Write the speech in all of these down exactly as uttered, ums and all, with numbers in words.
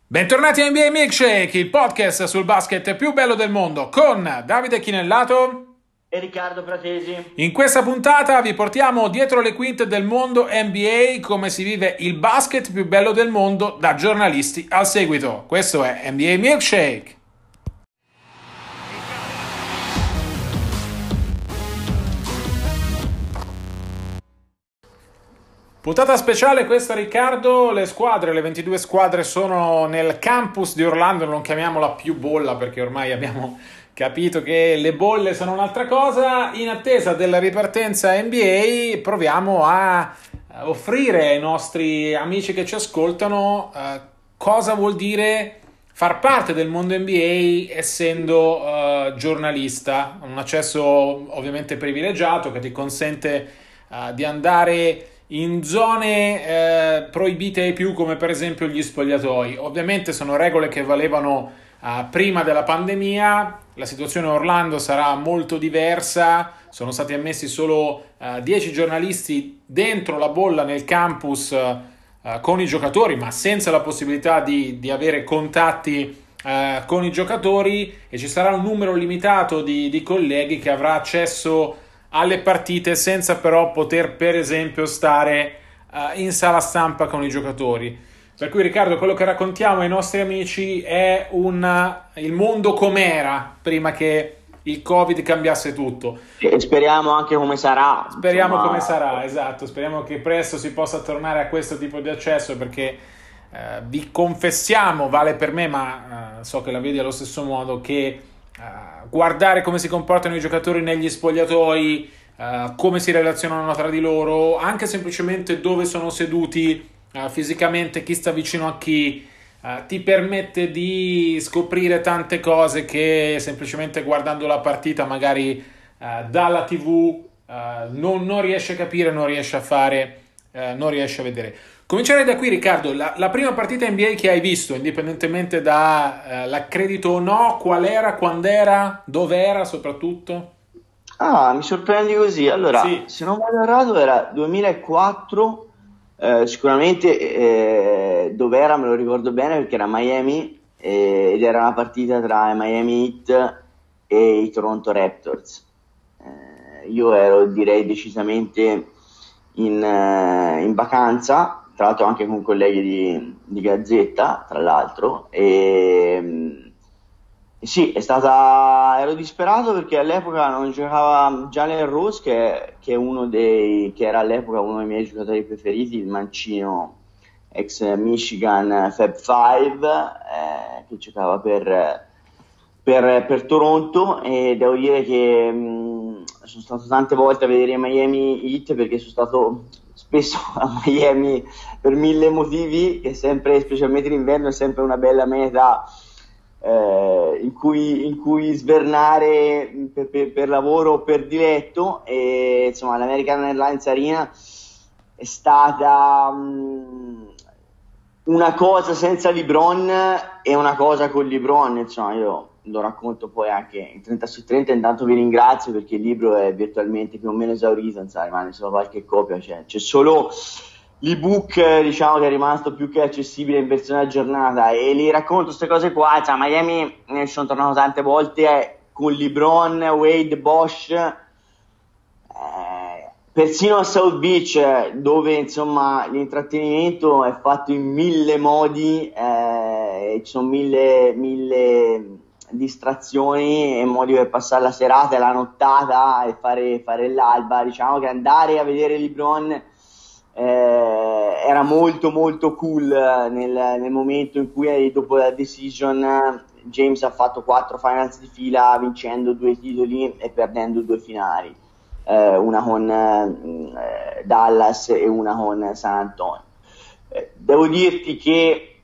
Bentornati a N B A Milkshake, il podcast sul basket più bello del mondo con Davide Chinellato e Riccardo Fratesi. In questa puntata vi portiamo dietro le quinte del mondo N B A, come si vive il basket più bello del mondo da giornalisti al seguito. Questo è N B A Milkshake. Puntata speciale questa, Riccardo. Le squadre, le ventidue squadre sono nel campus di Orlando, non chiamiamola più bolla perché ormai abbiamo capito che le bolle sono un'altra cosa. In attesa della ripartenza N B A proviamo a offrire ai nostri amici che ci ascoltano uh, cosa vuol dire far parte del mondo N B A essendo uh, giornalista, un accesso ovviamente privilegiato che ti consente uh, di andare in zone eh, proibite ai più, come per esempio gli spogliatoi. Ovviamente sono regole che valevano eh, prima della pandemia. La situazione a Orlando sarà molto diversa. Sono stati ammessi solo eh, dieci giornalisti dentro la bolla nel campus eh, con i giocatori, ma senza la possibilità di, di avere contatti eh, con i giocatori, e ci sarà un numero limitato di, di colleghi che avrà accesso alle partite senza però poter per esempio stare uh, in sala stampa con i giocatori. Per cui, Riccardo, quello che raccontiamo ai nostri amici è un, il mondo com'era prima che il Covid cambiasse tutto, e speriamo anche come sarà. Speriamo insomma... come sarà, esatto. Speriamo che presto si possa tornare a questo tipo di accesso, perché uh, vi confessiamo, vale per me, ma uh, so che la vedi allo stesso modo, che Uh, guardare come si comportano i giocatori negli spogliatoi, uh, come si relazionano tra di loro, anche semplicemente dove sono seduti uh, fisicamente, chi sta vicino a chi, uh, ti permette di scoprire tante cose che semplicemente guardando la partita magari uh, dalla tivù uh, non, non riesce a capire, non riesce a fare, uh, non riesce a vedere. Comincerei da qui, Riccardo. La, la prima partita N B A che hai visto, indipendentemente dall'accredito eh, o no, qual era, quando era, dove era soprattutto? Ah, mi sorprendi così. Allora, sì. Se non vado errato era duemilaquattro, eh, sicuramente eh, dove era me lo ricordo bene perché era Miami eh, ed era una partita tra i Miami Heat e i Toronto Raptors. Eh, io ero, direi, decisamente in, eh, in vacanza, tra l'altro anche con colleghi di, di Gazzetta, tra l'altro, e, e sì, è stata, ero disperato perché all'epoca non giocava Jalen Rose, che, che, è uno dei, che era all'epoca uno dei miei giocatori preferiti, il mancino ex Michigan Fab Five, eh, che giocava per, per, per Toronto, e devo dire che mh, sono stato tante volte a vedere i Miami Heat perché sono stato spesso a Miami per mille motivi, che sempre, specialmente l'inverno, è sempre una bella meta eh, in, cui, in cui svernare per, per, per lavoro o per diletto. E insomma l'American Airlines Arena è stata um, una cosa senza LeBron e una cosa con LeBron. Insomma, io lo racconto poi anche in trenta su trenta. Intanto vi ringrazio perché il libro è virtualmente più o meno esaurito, non so, rimane solo qualche copia, c'è, c'è solo l'ebook, diciamo, che è rimasto più che accessibile in versione aggiornata, e li racconto queste cose qua. Cioè, Miami ne sono tornato tante volte eh, con LeBron, Wade, Bosch, eh, persino a South Beach, dove insomma l'intrattenimento è fatto in mille modi, eh, ci sono mille mille distrazioni e modi per passare la serata e la nottata e fare, fare l'alba. Diciamo che andare a vedere LeBron eh, era molto molto cool nel, nel momento in cui, dopo la decision, James ha fatto quattro finals di fila, vincendo due titoli e perdendo due finali, eh, una con eh, Dallas e una con San Antonio. Eh, devo dirti che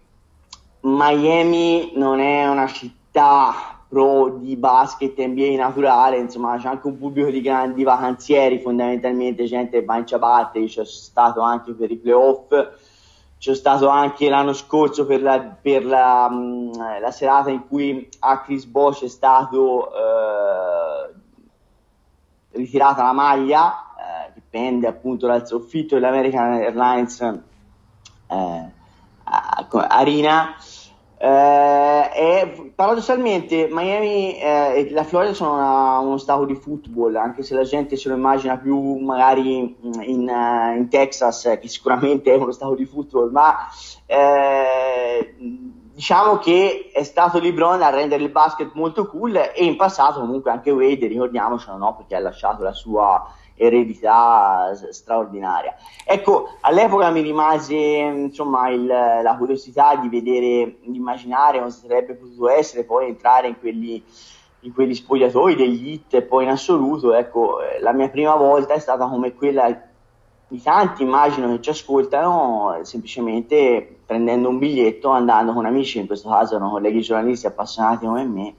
Miami non è una città pro di basket N B A naturale, insomma c'è anche un pubblico di grandi vacanzieri, fondamentalmente gente che va in ciabatte. C'è stato anche per i playoff, c'è stato anche l'anno scorso per la, per la, mh, la serata in cui a Chris Bosh è stato eh, ritirata la maglia eh, che pende appunto dal soffitto dell'American Airlines eh, Arena. Eh, e paradossalmente Miami eh, e la Florida sono una- uno stato di football, anche se la gente se lo immagina più magari in, eh, in Texas, eh, che sicuramente è uno stato di football, ma eh, diciamo che è stato LeBron a rendere il basket molto cool, e in passato comunque anche Wade, ricordiamocelo, no? Perché ha lasciato la sua eredità s- straordinaria. Ecco, all'epoca mi rimase insomma il- la curiosità di vedere, di immaginare cosa sarebbe potuto essere poi entrare in quelli, in quegli spogliatoi degli hit, e poi in assoluto, ecco, eh, la mia prima volta è stata come quella di tanti, immagino, che ci ascoltano, eh, semplicemente prendendo un biglietto, andando con amici, in questo caso erano colleghi giornalisti appassionati come me,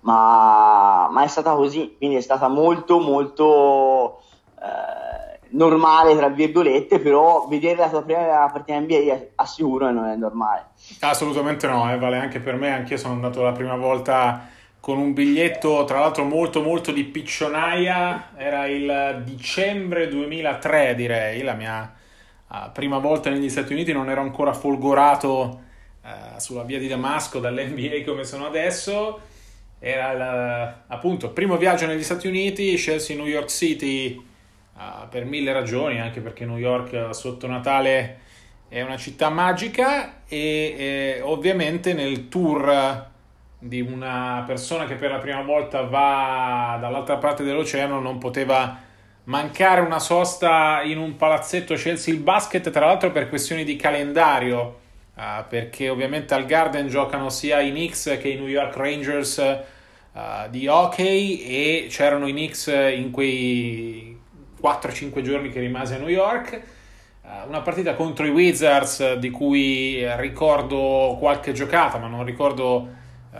ma, ma è stata così, quindi è stata molto molto eh, normale, tra virgolette, però vedere la tua prima partita N B A assicuro che non è normale. Assolutamente no, eh, vale anche per me, anch'io sono andato la prima volta con un biglietto, tra l'altro molto molto di piccionaia, era il dicembre duemilatré direi, la mia eh, prima volta negli Stati Uniti, non ero ancora folgorato eh, sulla via di Damasco dall'N B A come sono adesso, era il, appunto il primo viaggio negli Stati Uniti, scelsi New York City eh, per mille ragioni, anche perché New York eh, sotto Natale è una città magica e eh, ovviamente nel tour di una persona che per la prima volta va dall'altra parte dell'oceano non poteva mancare una sosta in un palazzetto Chelsea il Basket, tra l'altro per questioni di calendario, eh, perché ovviamente al Garden giocano sia i Knicks che i New York Rangers eh, di hockey, e c'erano i Knicks in quei quattro cinque giorni che rimase a New York. Uh, una partita contro i Wizards di cui ricordo qualche giocata, ma non ricordo uh,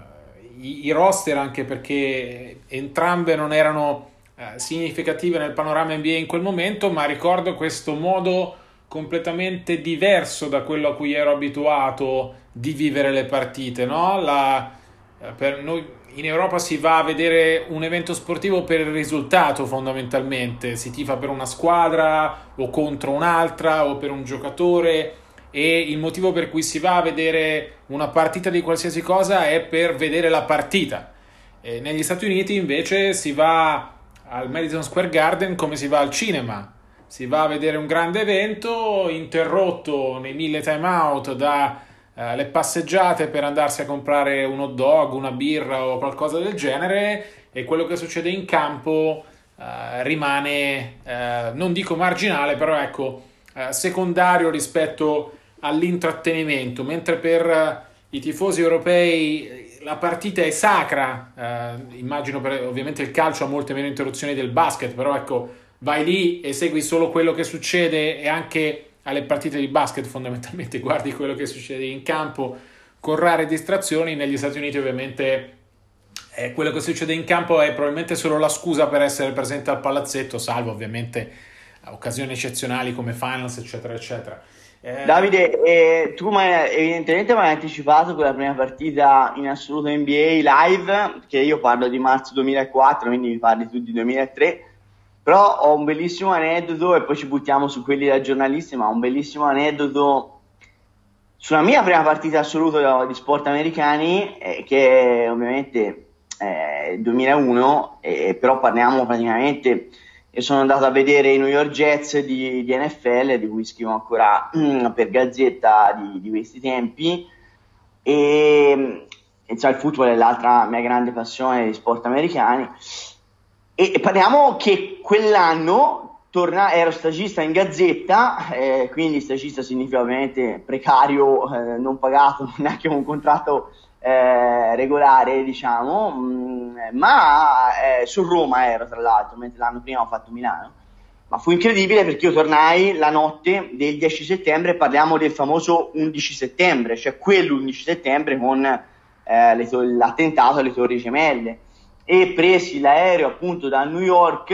i, i roster, anche perché entrambe non erano uh, significative nel panorama N B A in quel momento, ma ricordo questo modo completamente diverso da quello a cui ero abituato di vivere le partite, no? La, uh, per noi in Europa si va a vedere un evento sportivo per il risultato, fondamentalmente si tifa per una squadra o contro un'altra o per un giocatore, e il motivo per cui si va a vedere una partita di qualsiasi cosa è per vedere la partita. E negli Stati Uniti invece si va al Madison Square Garden come si va al cinema, si va a vedere un grande evento interrotto nei mille time out da Uh, le passeggiate per andarsi a comprare un hot dog, una birra o qualcosa del genere, e quello che succede in campo uh, rimane, uh, non dico marginale, però ecco, uh, secondario rispetto all'intrattenimento, mentre per uh, i tifosi europei la partita è sacra. Uh, immagino per, ovviamente il calcio ha molte meno interruzioni del basket, però ecco, vai lì e segui solo quello che succede, e anche alle partite di basket fondamentalmente guardi quello che succede in campo con rare distrazioni. Negli Stati Uniti ovviamente eh, quello che succede in campo è probabilmente solo la scusa per essere presente al palazzetto, salvo ovviamente occasioni eccezionali come finals eccetera eccetera. eh... Davide, eh, tu ma, evidentemente mi hai anticipato quella prima partita in assoluto N B A live, che io parlo di marzo duemilaquattro, quindi mi parli tu di duemilatré. Però ho un bellissimo aneddoto, e poi ci buttiamo su quelli da giornalisti, ma un bellissimo aneddoto sulla mia prima partita assoluta di sport americani, eh, che è ovviamente eh, duemilauno, eh, però parliamo praticamente, io sono andato a vedere i New York Jets di, di N F L, di cui scrivo ancora mm, per Gazzetta di, di questi tempi, e insomma, il football è l'altra mia grande passione di sport americani. E parliamo che quell'anno torna, ero stagista in Gazzetta, eh, quindi stagista significa ovviamente precario, eh, non pagato, neanche con un contratto eh, regolare, diciamo, mh, ma eh, su Roma ero, tra l'altro, mentre l'anno prima ho fatto Milano. Ma fu incredibile perché io tornai la notte del dieci settembre, parliamo del famoso undici settembre, cioè quell'undici settembre con eh, le to- l'attentato alle Torri Gemelle. E presi l'aereo appunto da New York,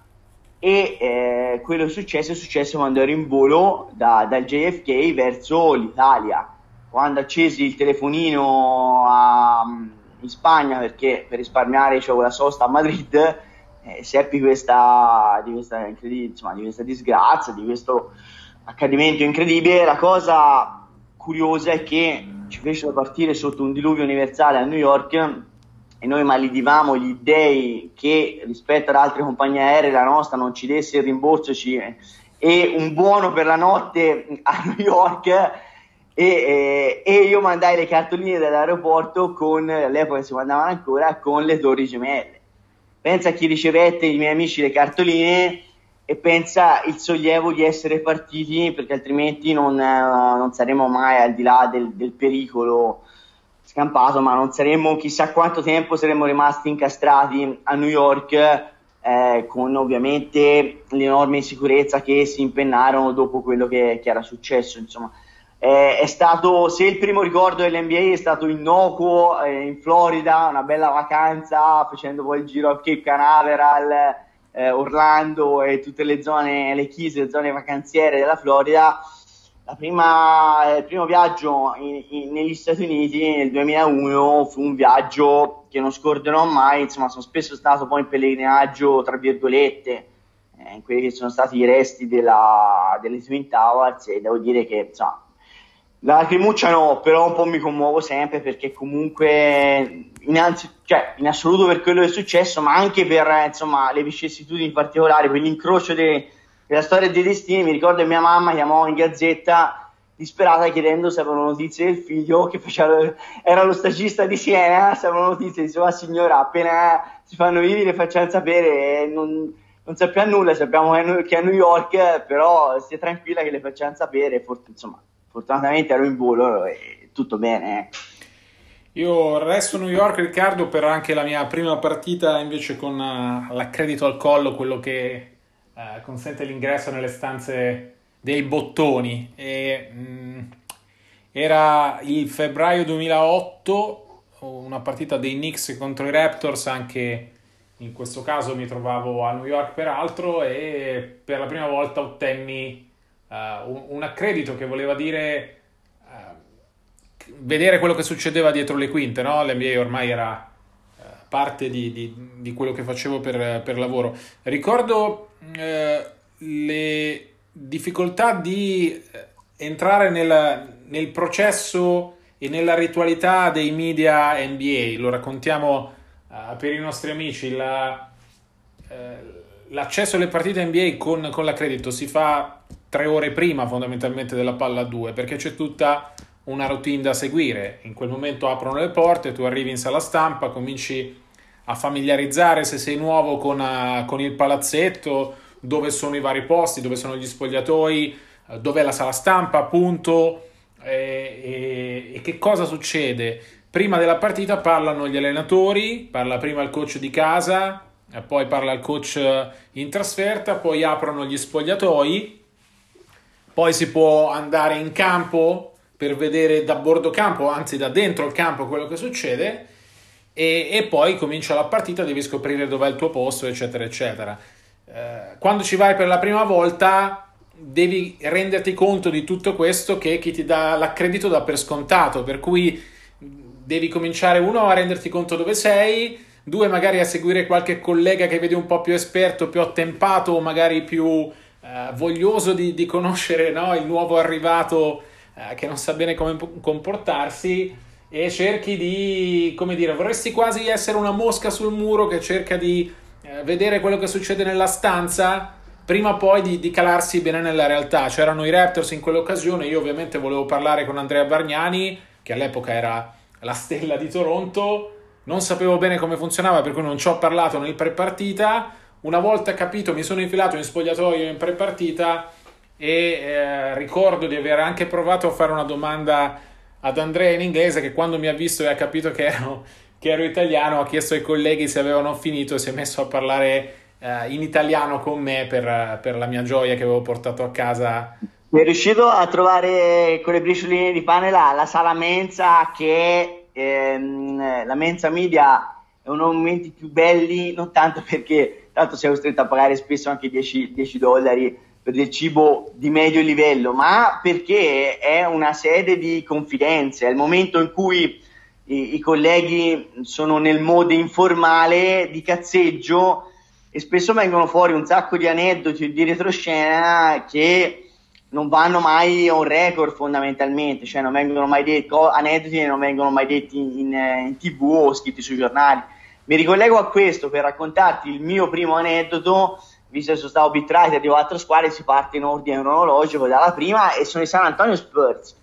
e eh, quello che successe è successo quando ero in volo da, dal J F K verso l'Italia, quando accesi il telefonino a, in Spagna, perché per risparmiare c'avevo la sosta a Madrid, eh, seppi questa, di, questa insomma, di questa disgrazia, di questo accadimento incredibile. La cosa curiosa è che ci fecero partire sotto un diluvio universale a New York e noi maledivamo gli dèi che rispetto ad altre compagnie aeree la nostra non ci desse il rimborso ci, e un buono per la notte a New York, e, e, e io mandai le cartoline dall'aeroporto con, all'epoca si mandavano ancora, con le torri gemelle. Pensa a chi ricevette, i miei amici, le cartoline, e pensa il sollievo di essere partiti, perché altrimenti non, non saremmo mai, al di là del, del pericolo scampato, ma non saremmo, chissà quanto tempo saremmo rimasti incastrati a New York, eh, con ovviamente l'enorme insicurezza che si impennarono dopo quello che, che era successo. Insomma, eh, è stato, se il primo ricordo dell'N B A è stato innocuo, eh, in Florida, una bella vacanza, facendo poi il giro a Cape Canaveral, eh, Orlando e tutte le zone, le Keys, le zone vacanziere della Florida, la prima, il primo viaggio in, in, negli Stati Uniti nel duemilauno fu un viaggio che non scorderò mai. Insomma, sono spesso stato poi in pellegrinaggio, tra virgolette, eh, in quelli che sono stati i resti della, delle Twin Towers, e devo dire che, insomma, la lacrimuccia no, però un po' mi commuovo sempre, perché comunque innanzi, cioè, in assoluto per quello che è successo, ma anche per, insomma, le vicissitudini particolari, per l'incrocio de, della storia dei destini. Mi ricordo che mia mamma chiamò in Gazzetta disperata chiedendo se avevano notizie del figlio che faceva, era lo stagista di Siena, se avevano notizie, diceva: signora, appena si fanno vivi le facciamo sapere, non, non sappiamo nulla, sappiamo che è a New York, però stia tranquilla che le facciamo sapere. Fort- insomma, fortunatamente ero in volo e tutto bene. Eh. Io resto a New York, Riccardo, per anche la mia prima partita invece con uh, l'accredito al collo, quello che uh, consente l'ingresso nelle stanze dei bottoni. E, mh, era il febbraio duemilaotto, una partita dei Knicks contro i Raptors, anche in questo caso mi trovavo a New York peraltro, e per la prima volta ottenni uh, un, un accredito che voleva dire vedere quello che succedeva dietro le quinte, no? L'N B A ormai era uh, parte di, di, di quello che facevo per, per lavoro. Ricordo uh, le difficoltà di entrare nel, nel processo e nella ritualità dei media N B A. Lo raccontiamo uh, per i nostri amici. La, uh, l'accesso alle partite N B A con, con l'accredito si fa tre ore prima fondamentalmente della palla a due, perché c'è tutta una routine da seguire. In quel momento aprono le porte, tu arrivi in sala stampa, cominci a familiarizzare, se sei nuovo, con, uh, con il palazzetto, dove sono i vari posti, dove sono gli spogliatoi, uh, dov'è la sala stampa, appunto, e, e, e che cosa succede. Prima della partita parlano gli allenatori, parla prima il coach di casa, e poi parla il coach in trasferta, poi aprono gli spogliatoi, poi si può andare in campo per vedere da bordo campo, anzi da dentro il campo, quello che succede, e, e poi comincia la partita, devi scoprire dov'è il tuo posto, eccetera eccetera. Eh, quando ci vai per la prima volta devi renderti conto di tutto questo, che chi ti dà l'accredito dà per scontato, per cui devi cominciare, uno, a renderti conto dove sei, due, magari a seguire qualche collega che vedi un po' più esperto, più attempato, o magari più eh, voglioso di, di conoscere, no, il nuovo arrivato che non sa bene come comportarsi, e cerchi di, come dire, vorresti quasi essere una mosca sul muro che cerca di eh, vedere quello che succede nella stanza prima poi di, di calarsi bene nella realtà. C'erano i Raptors in quell'occasione, io ovviamente volevo parlare con Andrea Bargnani, che all'epoca era la stella di Toronto, non sapevo bene come funzionava, per cui non ci ho parlato nel pre-partita. Una volta capito mi sono infilato in spogliatoio in pre-partita, e eh, ricordo di aver anche provato a fare una domanda ad Andrea in inglese, che quando mi ha visto e ha capito che ero, che ero italiano, ha chiesto ai colleghi se avevano finito e si è messo a parlare eh, in italiano con me per, per la mia gioia che avevo portato a casa. Sei riuscito a trovare con le bricioline di pane la, la sala mensa, che ehm, la mensa media è uno dei momenti più belli, non tanto perché tanto sei costretto a pagare spesso anche dieci dollari per del cibo di medio livello, ma perché è una sede di confidenza, è il momento in cui i, i colleghi sono nel modo informale di cazzeggio, e spesso vengono fuori un sacco di aneddoti di retroscena che non vanno mai on record fondamentalmente, cioè non vengono mai detti aneddoti, non vengono mai detti in, in tv o scritti sui giornali. Mi ricollego a questo per raccontarti il mio primo aneddoto, visto che sono stato beat writer di quattro squadre, si parte in ordine cronologico dalla prima e sono i San Antonio Spurs.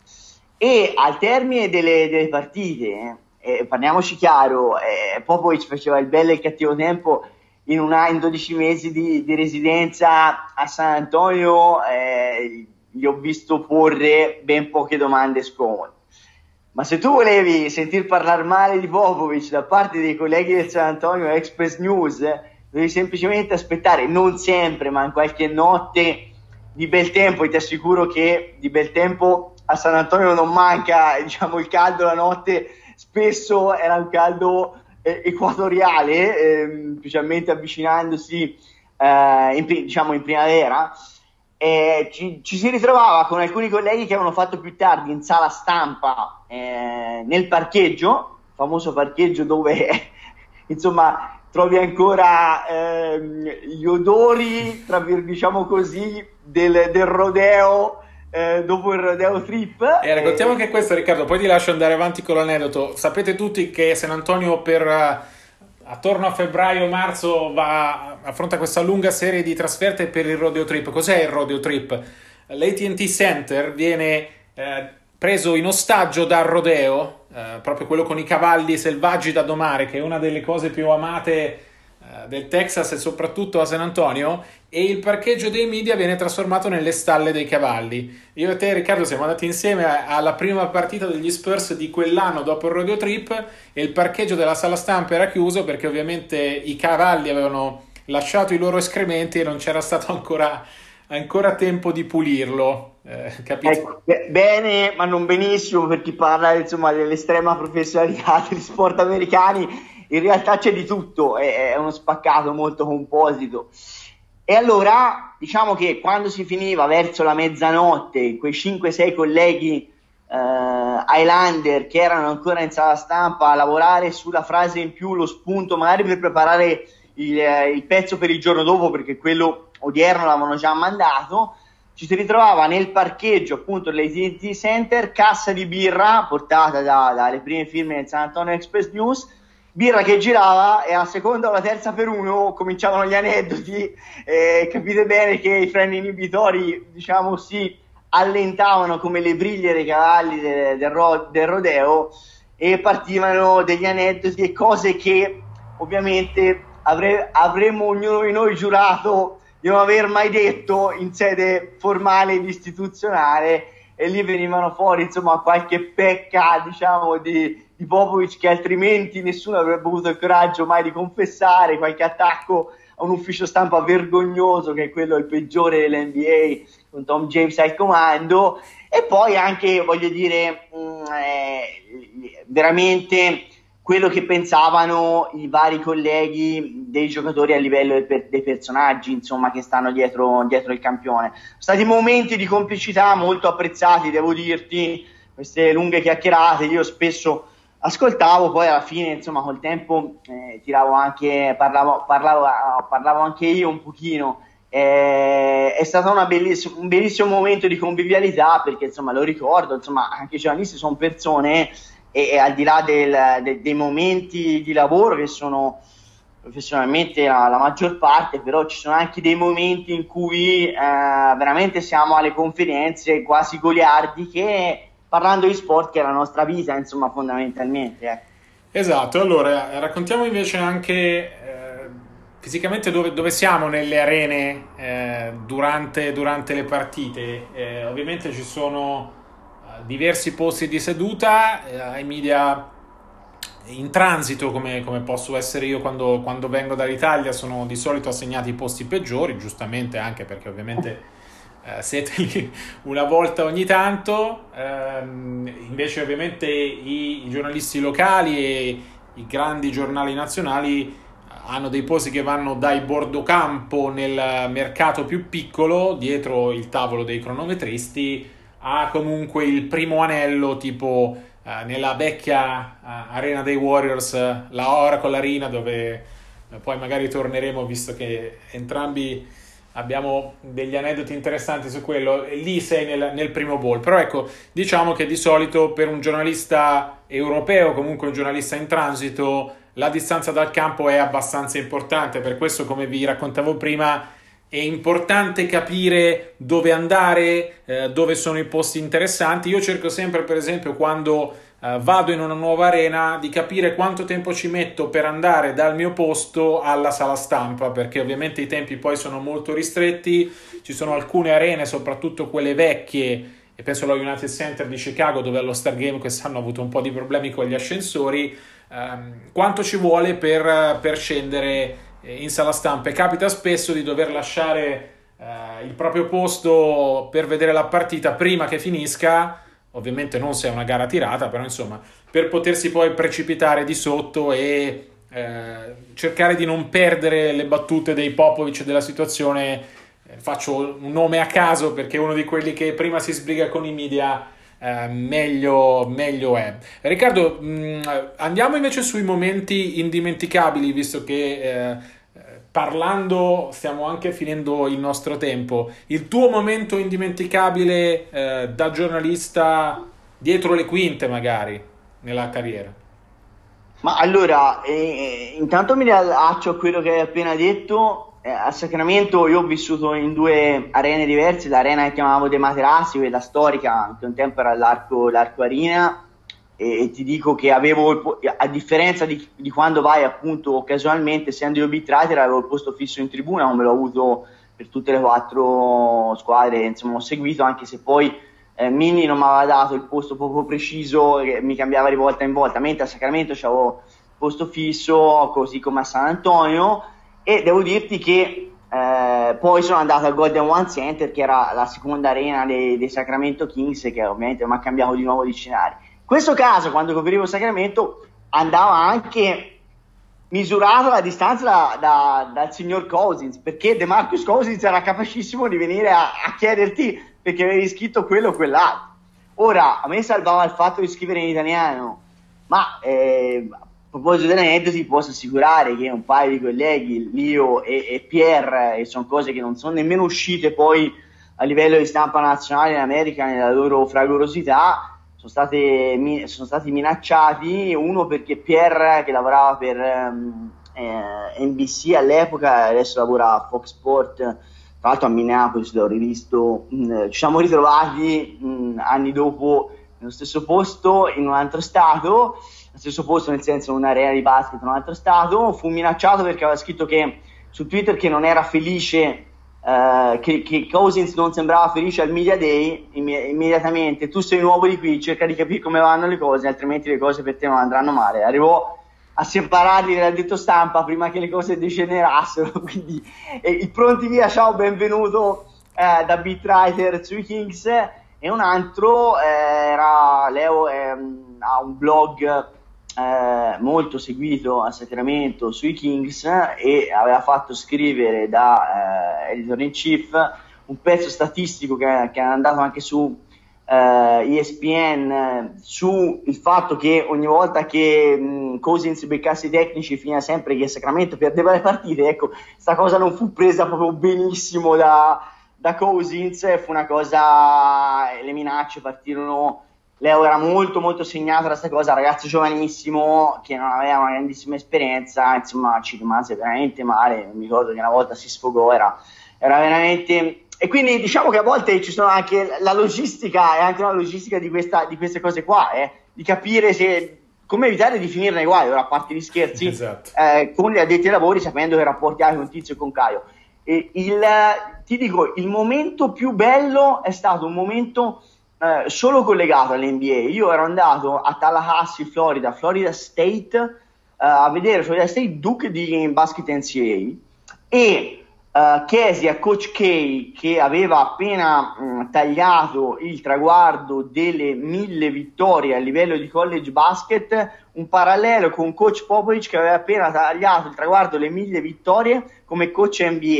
E al termine delle, delle partite, eh, parliamoci chiaro, eh, Popovic faceva il bello e il cattivo tempo in, una, in dodici mesi di, di residenza a San Antonio, eh, gli ho visto porre ben poche domande scomode. Ma se tu volevi sentir parlare male di Popovic da parte dei colleghi del San Antonio Express News, eh, devi semplicemente aspettare, non sempre, ma in qualche notte di bel tempo, e ti assicuro che di bel tempo a San Antonio non manca, diciamo, il caldo la notte spesso era un caldo eh, equatoriale, eh, specialmente avvicinandosi eh, in, diciamo in primavera. Eh, ci, ci si ritrovava con alcuni colleghi che avevano fatto più tardi in sala stampa eh, nel parcheggio, famoso parcheggio dove insomma trovi ancora ehm, gli odori, tra vir- diciamo così, del, del rodeo eh, dopo il rodeo trip. E raccontiamo anche questo, Riccardo, poi ti lascio andare avanti con l'aneddoto. Sapete tutti che San Antonio per uh, attorno a febbraio-marzo va, affronta questa lunga serie di trasferte per il rodeo trip. Cos'è il rodeo trip? L'A T and T Center viene eh, preso in ostaggio dal rodeo, eh, proprio quello con i cavalli selvaggi da domare, che è una delle cose più amate eh, del Texas e soprattutto a San Antonio, e il parcheggio dei media viene trasformato nelle stalle dei cavalli. Io e te, Riccardo, siamo andati insieme alla prima partita degli Spurs di quell'anno dopo il rodeo trip e il parcheggio della sala stampa era chiuso perché ovviamente i cavalli avevano lasciato i loro escrementi e non c'era stato ancora ancora tempo di pulirlo, eh, capito? Ecco, bene, ma non benissimo, per chi parla insomma dell'estrema professionalità degli sport americani. In realtà c'è di tutto, è, è uno spaccato molto composito. E allora diciamo che quando si finiva verso la mezzanotte, quei cinque sei colleghi eh, Highlander che erano ancora in sala stampa a lavorare sulla frase in più, lo spunto magari per preparare il, il pezzo per il giorno dopo, perché quello odierno l'avevano già mandato, ci si ritrovava nel parcheggio appunto dell'A T and T Center, cassa di birra portata da, dalle prime firme del San Antonio Express News, birra che girava e alla seconda o la terza per uno cominciavano gli aneddoti. Eh, capite bene che i freni inibitori, diciamo, si allentavano come le briglie dei cavalli de, de ro, del rodeo e partivano degli aneddoti e cose che ovviamente avre, avremmo ognuno di noi giurato di non aver mai detto in sede formale ed istituzionale, e lì venivano fuori insomma qualche pecca, diciamo, di, di Popovic che altrimenti nessuno avrebbe avuto il coraggio mai di confessare, qualche attacco a un ufficio stampa vergognoso che è quello il peggiore dell'N B A con Tom James al comando, e poi anche, voglio dire, mh, eh, veramente quello che pensavano i vari colleghi dei giocatori a livello dei, dei personaggi, insomma, che stanno dietro, dietro il campione. Sono stati momenti di complicità molto apprezzati, devo dirti, queste lunghe chiacchierate, io spesso ascoltavo, poi alla fine, insomma, col tempo eh, tiravo anche, parlavo, parlavo, parlavo anche io un pochino. Eh, è stato una belliss- un bellissimo momento di convivialità, perché, insomma, lo ricordo, insomma, anche i giornalisti sono persone, e, e al di là del, de, dei momenti di lavoro che sono professionalmente la, la maggior parte, però ci sono anche dei momenti in cui eh, veramente siamo alle confidenze quasi goliardiche, parlando di sport che è la nostra vita, insomma, fondamentalmente. Eh. Esatto, allora raccontiamo invece anche eh, fisicamente dove, dove siamo nelle arene eh, durante, durante le partite. Eh, ovviamente ci sono diversi posti di seduta, eh, ai media in transito, come, come posso essere io quando, quando vengo dall'Italia, sono di solito assegnati i posti peggiori, giustamente, anche perché ovviamente eh, siete lì una volta ogni tanto. Ehm, invece ovviamente i, i giornalisti locali e i grandi giornali nazionali hanno dei posti che vanno dai bordocampo nel mercato più piccolo, dietro il tavolo dei cronometristi, ha comunque il primo anello, tipo uh, nella vecchia uh, arena dei Warriors, uh, la Oracle Arena, dove uh, poi magari torneremo, visto che entrambi abbiamo degli aneddoti interessanti su quello, e lì sei nel, nel primo bowl. Però ecco, diciamo che di solito per un giornalista europeo, comunque un giornalista in transito, la distanza dal campo è abbastanza importante. Per questo, come vi raccontavo prima, è importante capire dove andare, eh, dove sono i posti interessanti. Io cerco sempre, per esempio, quando eh, vado in una nuova arena, di capire quanto tempo ci metto per andare dal mio posto alla sala stampa, perché ovviamente i tempi poi sono molto ristretti. Ci sono alcune arene, soprattutto quelle vecchie, e penso allo United Center di Chicago, dove allo Stargame quest'anno ha avuto un po' di problemi con gli ascensori. Ehm, quanto ci vuole per, per scendere in sala stampa? E capita spesso di dover lasciare eh, il proprio posto per vedere la partita prima che finisca, ovviamente non se è una gara tirata, però insomma, per potersi poi precipitare di sotto e eh, cercare di non perdere le battute dei Popovic della situazione. Eh, faccio un nome a caso perché è uno di quelli che prima si sbriga con i media, eh, meglio, meglio è. Riccardo, mh, andiamo invece sui momenti indimenticabili, visto che eh, parlando stiamo anche finendo il nostro tempo. Il tuo momento indimenticabile eh, da giornalista dietro le quinte, magari, nella carriera? Ma allora, eh, intanto mi riallaccio a quello che hai appena detto. Eh, a Sacramento io ho vissuto in due arene diverse, l'arena che chiamavo De Materassi, quella storica, che un tempo era l'arco, l'arco Arena, e, e ti dico che avevo, a differenza di, di quando vai appunto occasionalmente, essendo io beat writer, avevo il posto fisso in tribuna, come l'ho avuto per tutte le quattro squadre, insomma ho seguito, anche se poi eh, Mini non mi aveva dato il posto proprio preciso, che mi cambiava di volta in volta, mentre a Sacramento c'avevo posto fisso, così come a San Antonio. E devo dirti che eh, poi sono andato al Golden One Center, che era la seconda arena dei, dei Sacramento Kings, che ovviamente mi ha cambiato di nuovo di scenario. In questo caso, quando coprivo Sacramento, andava anche misurata la distanza da, da, dal signor Cousins, perché DeMarcus Cousins era capacissimo di venire a, a chiederti perché avevi scritto quello o quell'altro. Ora, a me salvava il fatto di scrivere in italiano, ma eh, a proposito dell'aneddoto ti posso assicurare che un paio di colleghi, Lio e, e Pierre, e sono cose che non sono nemmeno uscite poi a livello di stampa nazionale in America nella loro fragorosità, sono, state, sono stati minacciati. Uno perché Pierre, che lavorava per um, eh, N B C all'epoca, adesso lavora a Fox Sport, tra l'altro a Minneapolis, l'ho rivisto, mh, ci siamo ritrovati mh, anni dopo nello stesso posto in un altro stato, allo stesso posto nel senso un'area di basket in un altro stato. Fu minacciato perché aveva scritto che su Twitter che non era felice, uh, che, che Cousins non sembrava felice al Media Day. Imm- immediatamente tu sei nuovo di qui, cerca di capire come vanno le cose, altrimenti le cose per te non andranno male. Arrivò a separarli dal detto stampa prima che le cose degenerassero, quindi eh, il pronti via, ciao, benvenuto eh, da beat writer sui Kings. E un altro eh, era Leo, eh, ha un blog eh, molto seguito a Sacramento sui Kings, e aveva fatto scrivere da eh, editor in chief un pezzo statistico che, che è andato anche su eh, E S P N eh, su il fatto che ogni volta che mh, Cousins beccasse i tecnici finiva sempre che Sacramento perdeva le partite. Ecco, sta cosa non fu presa proprio benissimo da da Cousins, fu una cosa, le minacce partirono, Leo era molto molto segnato da questa cosa, ragazzo giovanissimo che non aveva una grandissima esperienza, insomma ci rimase veramente male. Mi ricordo che una volta si sfogò, era, era veramente, e quindi diciamo che a volte ci sono anche la logistica, e anche una logistica di, questa, di queste cose qua, eh, di capire se, come evitare di finire nei guai, ora a parte gli scherzi, esatto. eh, con gli addetti ai lavori, sapendo che rapporti hai con Tizio e con Caio. E il, ti dico, il momento più bello è stato un momento eh, solo collegato all'N B A. Io ero andato a Tallahassee, Florida, Florida State, eh, a vedere Florida State Duke di basket N C A A, e Uh, Kesia, Coach K, che aveva appena mh, tagliato il traguardo delle mille vittorie a livello di college basket, un parallelo con Coach Popovic che aveva appena tagliato il traguardo delle mille vittorie come coach N B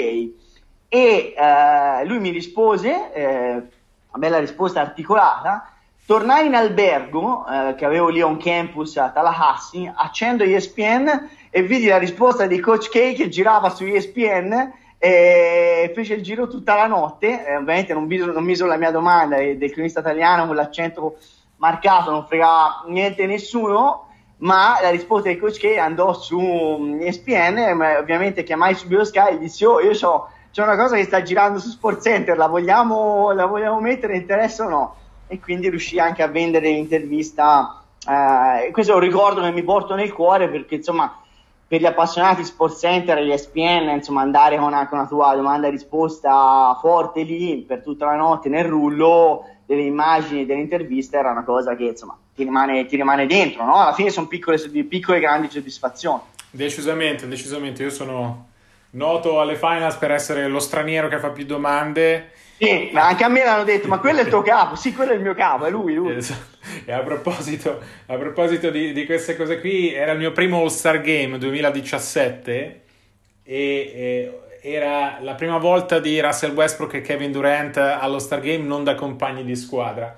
A. E uh, lui mi rispose, eh, una bella risposta articolata. Tornai in albergo, eh, che avevo lì on campus a Tallahassee, accendo E S P N e vidi la risposta di Coach K che girava su E S P N, e fece il giro tutta la notte, eh, ovviamente non mise, non mise la mia domanda del cronista italiano con l'accento marcato, non fregava niente nessuno, ma la risposta del coach K andò su E S P N, ma ovviamente chiamai subito Sky e dissi: oh, io c'ho, c'è una cosa che sta girando su SportsCenter, la vogliamo, la vogliamo mettere, interessa o no? E quindi riuscì anche a vendere l'intervista. Eh, questo è un ricordo che mi porto nel cuore, perché insomma per gli appassionati SportsCenter e gli E S P N, insomma, andare con una, con una tua domanda e risposta forte lì per tutta la notte nel rullo delle immagini dell'intervista era una cosa che insomma ti rimane, ti rimane dentro, no? Alla fine sono piccole, piccole grandi soddisfazioni. Decisamente, decisamente. Io sono noto alle finals per essere lo straniero che fa più domande. Sì, ma anche a me l'hanno detto, ma quello è il tuo capo. Sì, quello è il mio capo, è lui, lui. E a proposito, a proposito di, di queste cose qui, era il mio primo All-Star Game duemiladiciassette e, e era la prima volta di Russell Westbrook e Kevin Durant allo Star Game, non da compagni di squadra.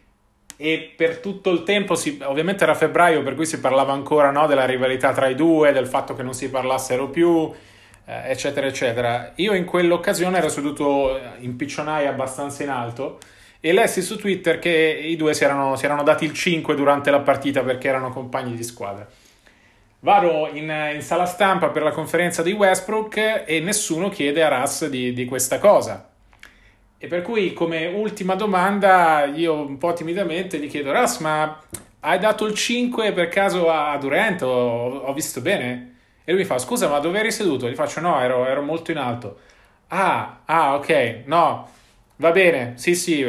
E per tutto il tempo, si, ovviamente era febbraio, per cui si parlava ancora, no, della rivalità tra i due, del fatto che non si parlassero più, eh, eccetera, eccetera. Io in quell'occasione ero seduto in piccionaia abbastanza in alto e lessi su Twitter che i due si erano, si erano dati il cinque durante la partita perché erano compagni di squadra. Vado in, in sala stampa per la conferenza di Westbrook e nessuno chiede a Russ di, di questa cosa. E per cui, come ultima domanda, io un po' timidamente gli chiedo: Russ, ma hai dato il cinque per caso a Durant? Ho, ho visto bene? E lui mi fa: scusa, ma dove eri seduto? Gli faccio: no, ero, ero molto in alto. Ah, ah, ok, no, va bene, sì, sì,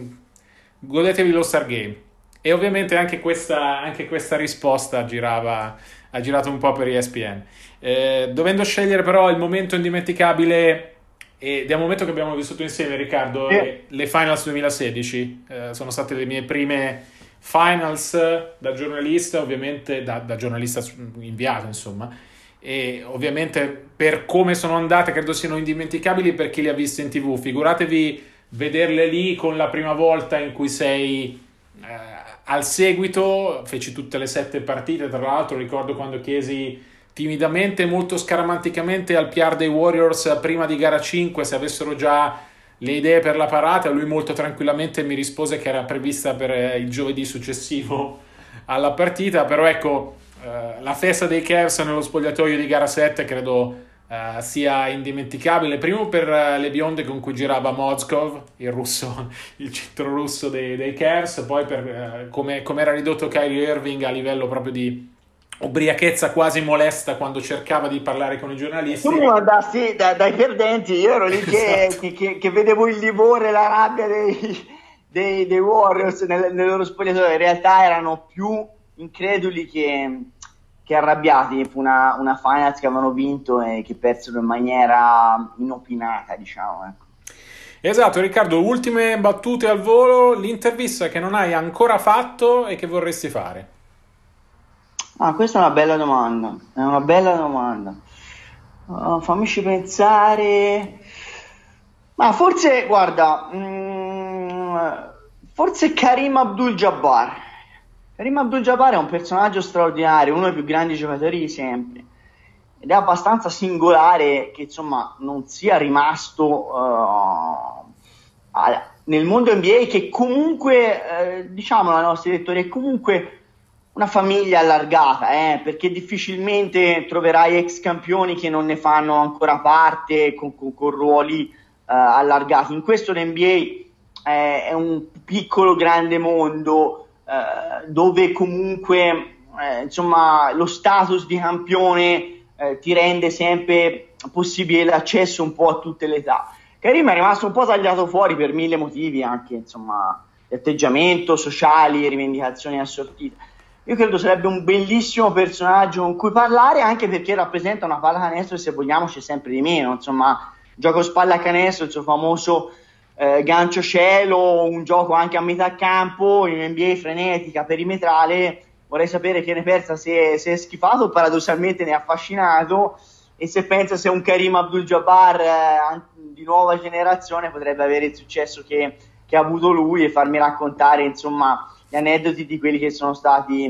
godetevi lo Star Game. E ovviamente anche questa, anche questa risposta girava, ha girato un po' per E S P N. Eh, dovendo scegliere però il momento indimenticabile, e dal momento che abbiamo vissuto insieme, Riccardo, eh. le Finals duemilasedici eh, sono state le mie prime Finals da giornalista, ovviamente da, da giornalista inviato, insomma, e ovviamente per come sono andate credo siano indimenticabili per chi le ha viste in TV. Figuratevi vederle lì con la prima volta in cui sei eh, al seguito. Feci tutte le sette partite, tra l'altro ricordo quando chiesi timidamente, molto scaramanticamente al P R dei Warriors prima di gara cinque se avessero già le idee per la parata. Lui molto tranquillamente mi rispose che era prevista per il giovedì successivo alla partita. Però ecco, eh, la festa dei Cavs nello spogliatoio di gara sette credo eh, sia indimenticabile, primo per eh, le bionde con cui girava Mozgov, il russo, il centro russo dei, dei Cavs, poi per eh, come, come era ridotto Kyrie Irving a livello proprio di ubriachezza quasi molesta quando cercava di parlare con i giornalisti. Tu mi mandassi da, dai perdenti, io ero lì che, esatto. che, che, che vedevo il livore, la rabbia dei, dei, dei Warriors nel, nel loro spogliatoio. In realtà erano più increduli che, che arrabbiati. Fu una, una finals che avevano vinto e che persero in maniera inopinata, diciamo, ecco. Esatto. Riccardo, ultime battute al volo, l'intervista che non hai ancora fatto e che vorresti fare. Ah, questa è una bella domanda, è una bella domanda. Uh, fammici pensare. Ma forse, guarda, mh, forse Kareem Abdul-Jabbar. Kareem Abdul-Jabbar è un personaggio straordinario, uno dei più grandi giocatori di sempre. Ed è abbastanza singolare che, insomma, non sia rimasto uh, a, nel mondo N B A, che comunque, eh, diciamo, la nostra direttori è comunque una famiglia allargata, eh, perché difficilmente troverai ex campioni che non ne fanno ancora parte con, con, con ruoli eh, allargati. In questo l'N B A eh, è un piccolo grande mondo eh, dove comunque eh, insomma lo status di campione eh, ti rende sempre possibile l'accesso un po' a tutte le età. Kareem è rimasto un po' tagliato fuori per mille motivi, anche insomma di atteggiamento, sociali, rivendicazioni assortite. Io credo sarebbe un bellissimo personaggio con cui parlare, anche perché rappresenta una pallacanestro e, se vogliamo, c'è sempre di meno. Insomma, gioco spallacanestro, il suo famoso eh, gancio cielo, un gioco anche a metà campo, in N B A frenetica, perimetrale. Vorrei sapere che ne pensa, se, se è schifato o paradossalmente ne è affascinato, e se pensa se un Kareem Abdul-Jabbar eh, di nuova generazione potrebbe avere il successo che, che ha avuto lui, e farmi raccontare, insomma, gli aneddoti di quelli che sono stati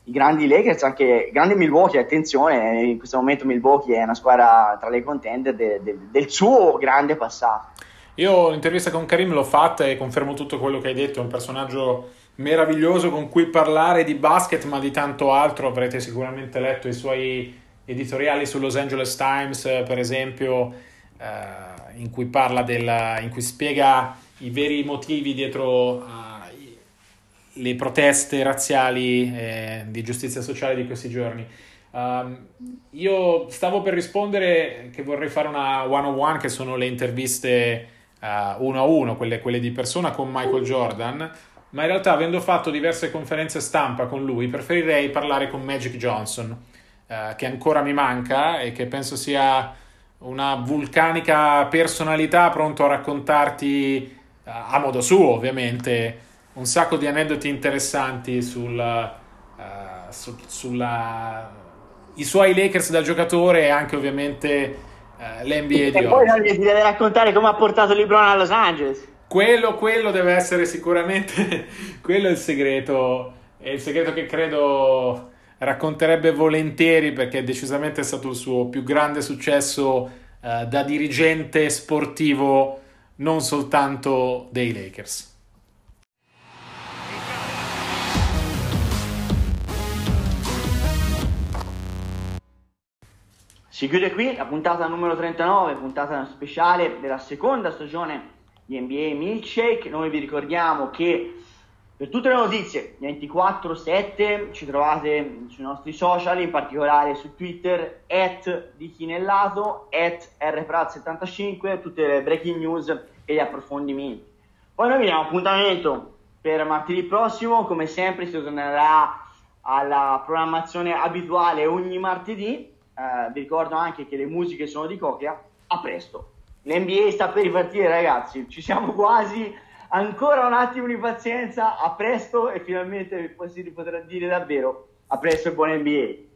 i grandi Lakers, anche grande Milwaukee, attenzione, in questo momento Milwaukee è una squadra tra le contender de, de, del suo grande passato. Io l'intervista con Karim l'ho fatta e confermo tutto quello che hai detto, è un personaggio meraviglioso con cui parlare di basket, ma di tanto altro. Avrete sicuramente letto i suoi editoriali su Los Angeles Times, per esempio, eh, in cui parla del, in cui spiega i veri motivi dietro uh, le proteste razziali e di giustizia sociale di questi giorni. Um, io stavo per rispondere che vorrei fare una one on one, che sono le interviste uh, uno a uno, quelle, quelle di persona con Michael Jordan, ma in realtà, avendo fatto diverse conferenze stampa con lui, preferirei parlare con Magic Johnson, uh, che ancora mi manca e che penso sia una vulcanica personalità pronto a raccontarti, uh, a modo suo ovviamente, un sacco di aneddoti interessanti sul, uh, su, sulla, i suoi Lakers da giocatore e anche ovviamente uh, l'N B A di e oggi. Poi non ti deve raccontare come ha portato LeBron a Los Angeles. Quello, quello deve essere sicuramente quello è il segreto, è il segreto che credo racconterebbe volentieri, perché decisamente è stato il suo più grande successo uh, da dirigente sportivo, non soltanto dei Lakers. Si chiude qui la puntata numero trentanove, puntata speciale della seconda stagione di N B A Milkshake. Noi vi ricordiamo che per tutte le notizie ventiquattro sette ci trovate sui nostri social, in particolare su Twitter at di Chinellato, at rprat settantacinque, tutte le breaking news e gli approfondimenti. Poi noi vi diamo appuntamento per martedì prossimo, come sempre si tornerà alla programmazione abituale ogni martedì. Uh, vi ricordo anche che le musiche sono di Coclea. A presto, l'N B A sta per ripartire, ragazzi, ci siamo quasi, ancora un attimo di pazienza, a presto, e finalmente si potrà dire davvero a presto e buon N B A.